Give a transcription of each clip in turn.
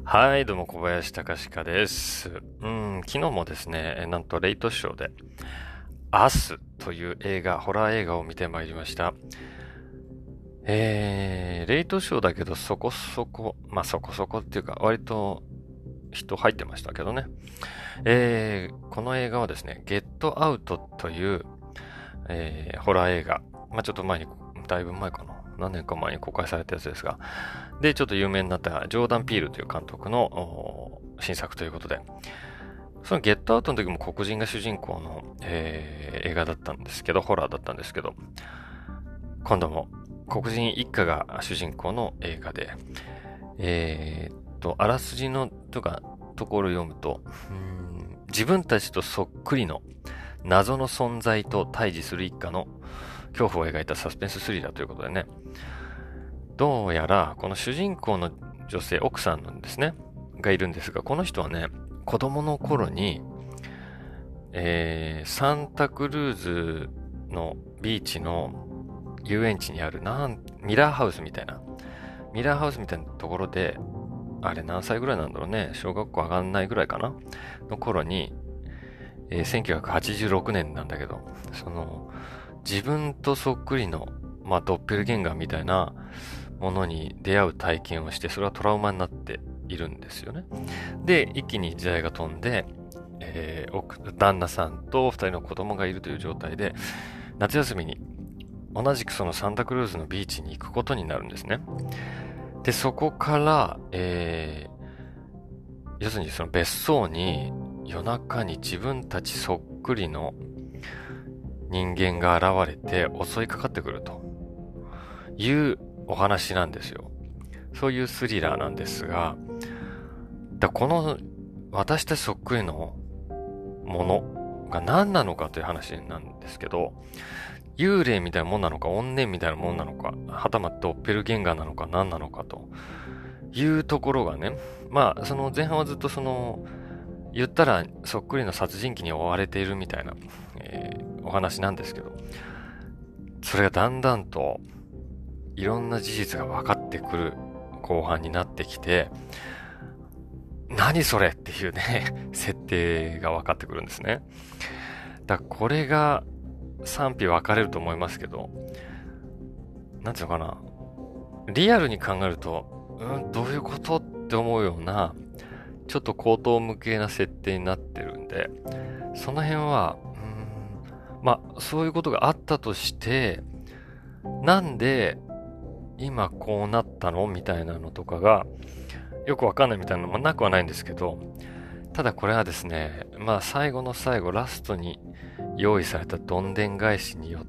はい、どうも小林隆史です。昨日もですね、なんとレイトショーで、アスというホラー映画を見てまいりました。レイトショーだけどそこそこ、そこそこっていうか、割と人入ってましたけどね。この映画はですね、ゲットアウトという、ホラー映画。ちょっと前に、だいぶ前かな。何年か前に公開されたやつですが。で、ちょっと有名になったジョーダン・ピールという監督の新作ということで、そのゲットアウトの時も黒人が主人公の、映画だったんですけど、ホラーだったんですけど、今度も黒人一家が主人公の映画で、あらすじのところを読むと、自分たちとそっくりの謎の存在と対峙する一家の恐怖を描いたサスペンススリラーということでね、どうやらこの主人公の女性、奥さんなんですね、がいるんですが、この人はね、子供の頃に、サンタクルーズのビーチの遊園地にあるミラーハウスみたいなところで、あれ何歳ぐらいなんだろうね、小学校上がんないぐらいかなの頃に、1986年なんだけど、自分とそっくりの、ドッペルゲンガーみたいなものに出会う体験をして、それはトラウマになっているんですよね。で、一気に時代が飛んで、旦那さんと二人の子供がいるという状態で、夏休みに同じくそのサンタクルーズのビーチに行くことになるんですね。で、そこから、要するにその別荘に夜中に自分たちそっくりの人間が現れて襲いかかってくるというお話なんですよ。そういうスリラーなんですが、この私たちそっくりのものが何なのかという話なんですけど、幽霊みたいなもんなのか、怨念みたいなもんなのか、はたまたドッペルゲンガーなのか何なのかというところがね、その前半はずっと言ったらそっくりの殺人鬼に追われているみたいな、お話なんですけど、それがだんだんといろんな事実が分かってくる後半になってきて、何それっていうね、設定が分かってくるんですね。これが賛否分かれると思いますけど、なんていうのかな、リアルに考えると、どういうことって思うような、ちょっと高等無形な設定になってるんで、その辺は、そういうことがあったとして、なんで今こうなったのみたいなのとかが、よくわかんないみたいなのもなくはないんですけど、ただこれはですね、最後の最後、ラストに用意されたどんでん返しによって、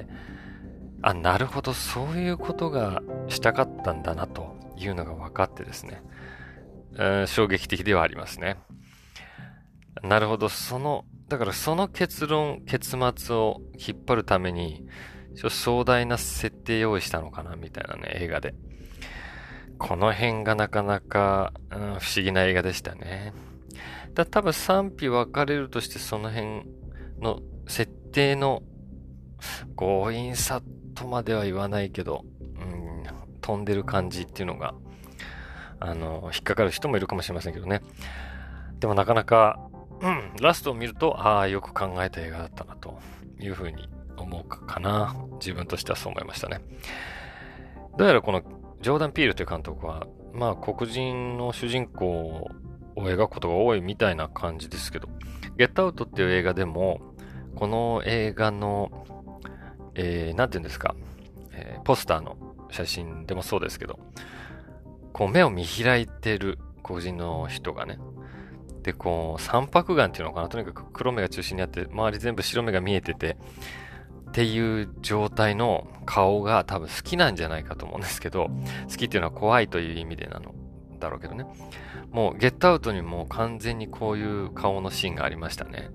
なるほど、そういうことがしたかったんだなというのが分かってですね、衝撃的ではありますね。なるほど、だからその結末を引っ張るために、壮大な設定用意したのかな、みたいなね、映画で。この辺がなかなか、不思議な映画でしたね。多分賛否分かれるとしてその辺の設定の強引さとまでは言わないけど、飛んでる感じっていうのが、引っかかる人もいるかもしれませんけどね。でもなかなか、ラストを見ると、よく考えた映画だったなというふうに思うかな。自分としてはそう思いましたね。どうやらこのジョーダン・ピールという監督は、黒人の主人公を描くことが多いみたいな感じですけど、ゲットアウトっていう映画でも、この映画の、なんていうんですか、ポスターの写真でもそうですけど、こう目を見開いてる黒人の人がね、で、三白眼っていうのかな、とにかく黒目が中心にあって、周り全部白目が見えてて、っていう状態の顔が多分好きなんじゃないかと思うんですけど、好きっていうのは怖いという意味でだろうけどね。もうゲットアウトにも完全にこういう顔のシーンがありましたね。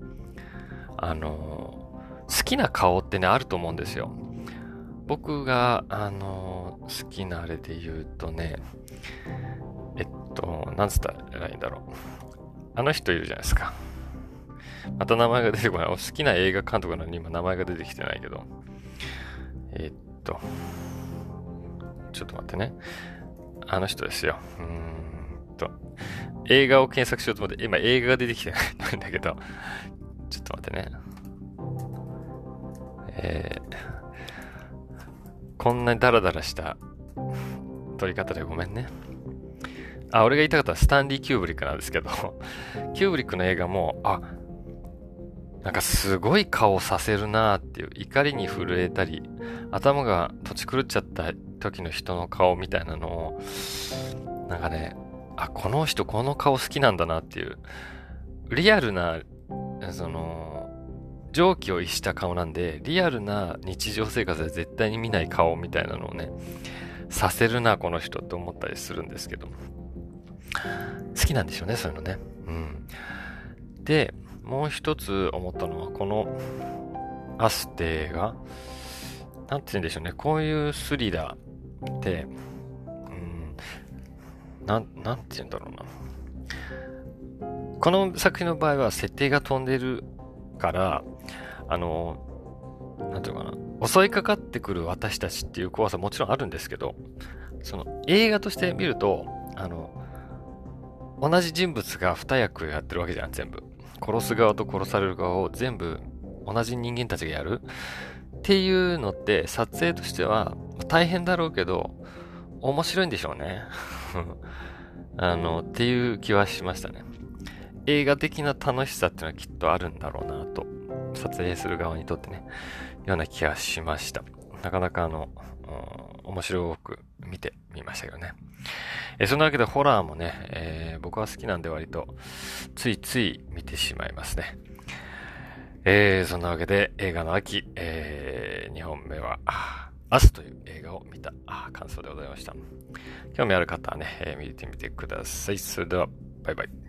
好きな顔ってね、あると思うんですよ。僕が、好きなあれで言うとね、なんつったらいいんだろう。あの人いるじゃないですか。また名前が出てこない。好きな映画監督なのに今名前が出てきてないけど。ちょっと待ってね。あの人ですよ。 と、映画を検索しようと思って、今映画が出てきてないんだけど、ちょっと待ってね。こんなにダラダラした撮り方でごめんね。俺が言いたかったのはスタンリー・キューブリックなんですけど、キューブリックの映画も、なんかすごい顔させるなーっていう、怒りに震えたり、頭が土地狂っちゃった時の人の顔みたいなのを、なんかね、この人この顔好きなんだなっていう、リアルな、常軌を逸した顔なんで、リアルな日常生活で絶対に見ない顔みたいなのをね、させるな、この人って思ったりするんですけど。好きなんでしょうね、そういうのね。うん。で、もう一つ思ったのは、このアスって映画、なんて言うんでしょうね、こういうスリラーって、なんて言うんだろうな。この作品の場合は設定が飛んでるから、なんていうのかな、襲いかかってくる私たちっていう怖さもちろんあるんですけど、その映画として見ると、同じ人物が二役やってるわけじゃん、全部。殺す側と殺される側を全部同じ人間たちがやるっていうのって撮影としては大変だろうけど、面白いんでしょうね。っていう気はしましたね。映画的な楽しさっていうのはきっとあるんだろうなと、撮影する側にとってね、ような気がしました。なかなか面白く見てみましたけどね。そんなわけでホラーもね、僕は好きなんで割とついつい見てしまいますね。そんなわけで映画の秋、2本目はアスという映画を見た感想でございました。興味ある方はね、見てみてください。それではバイバイ。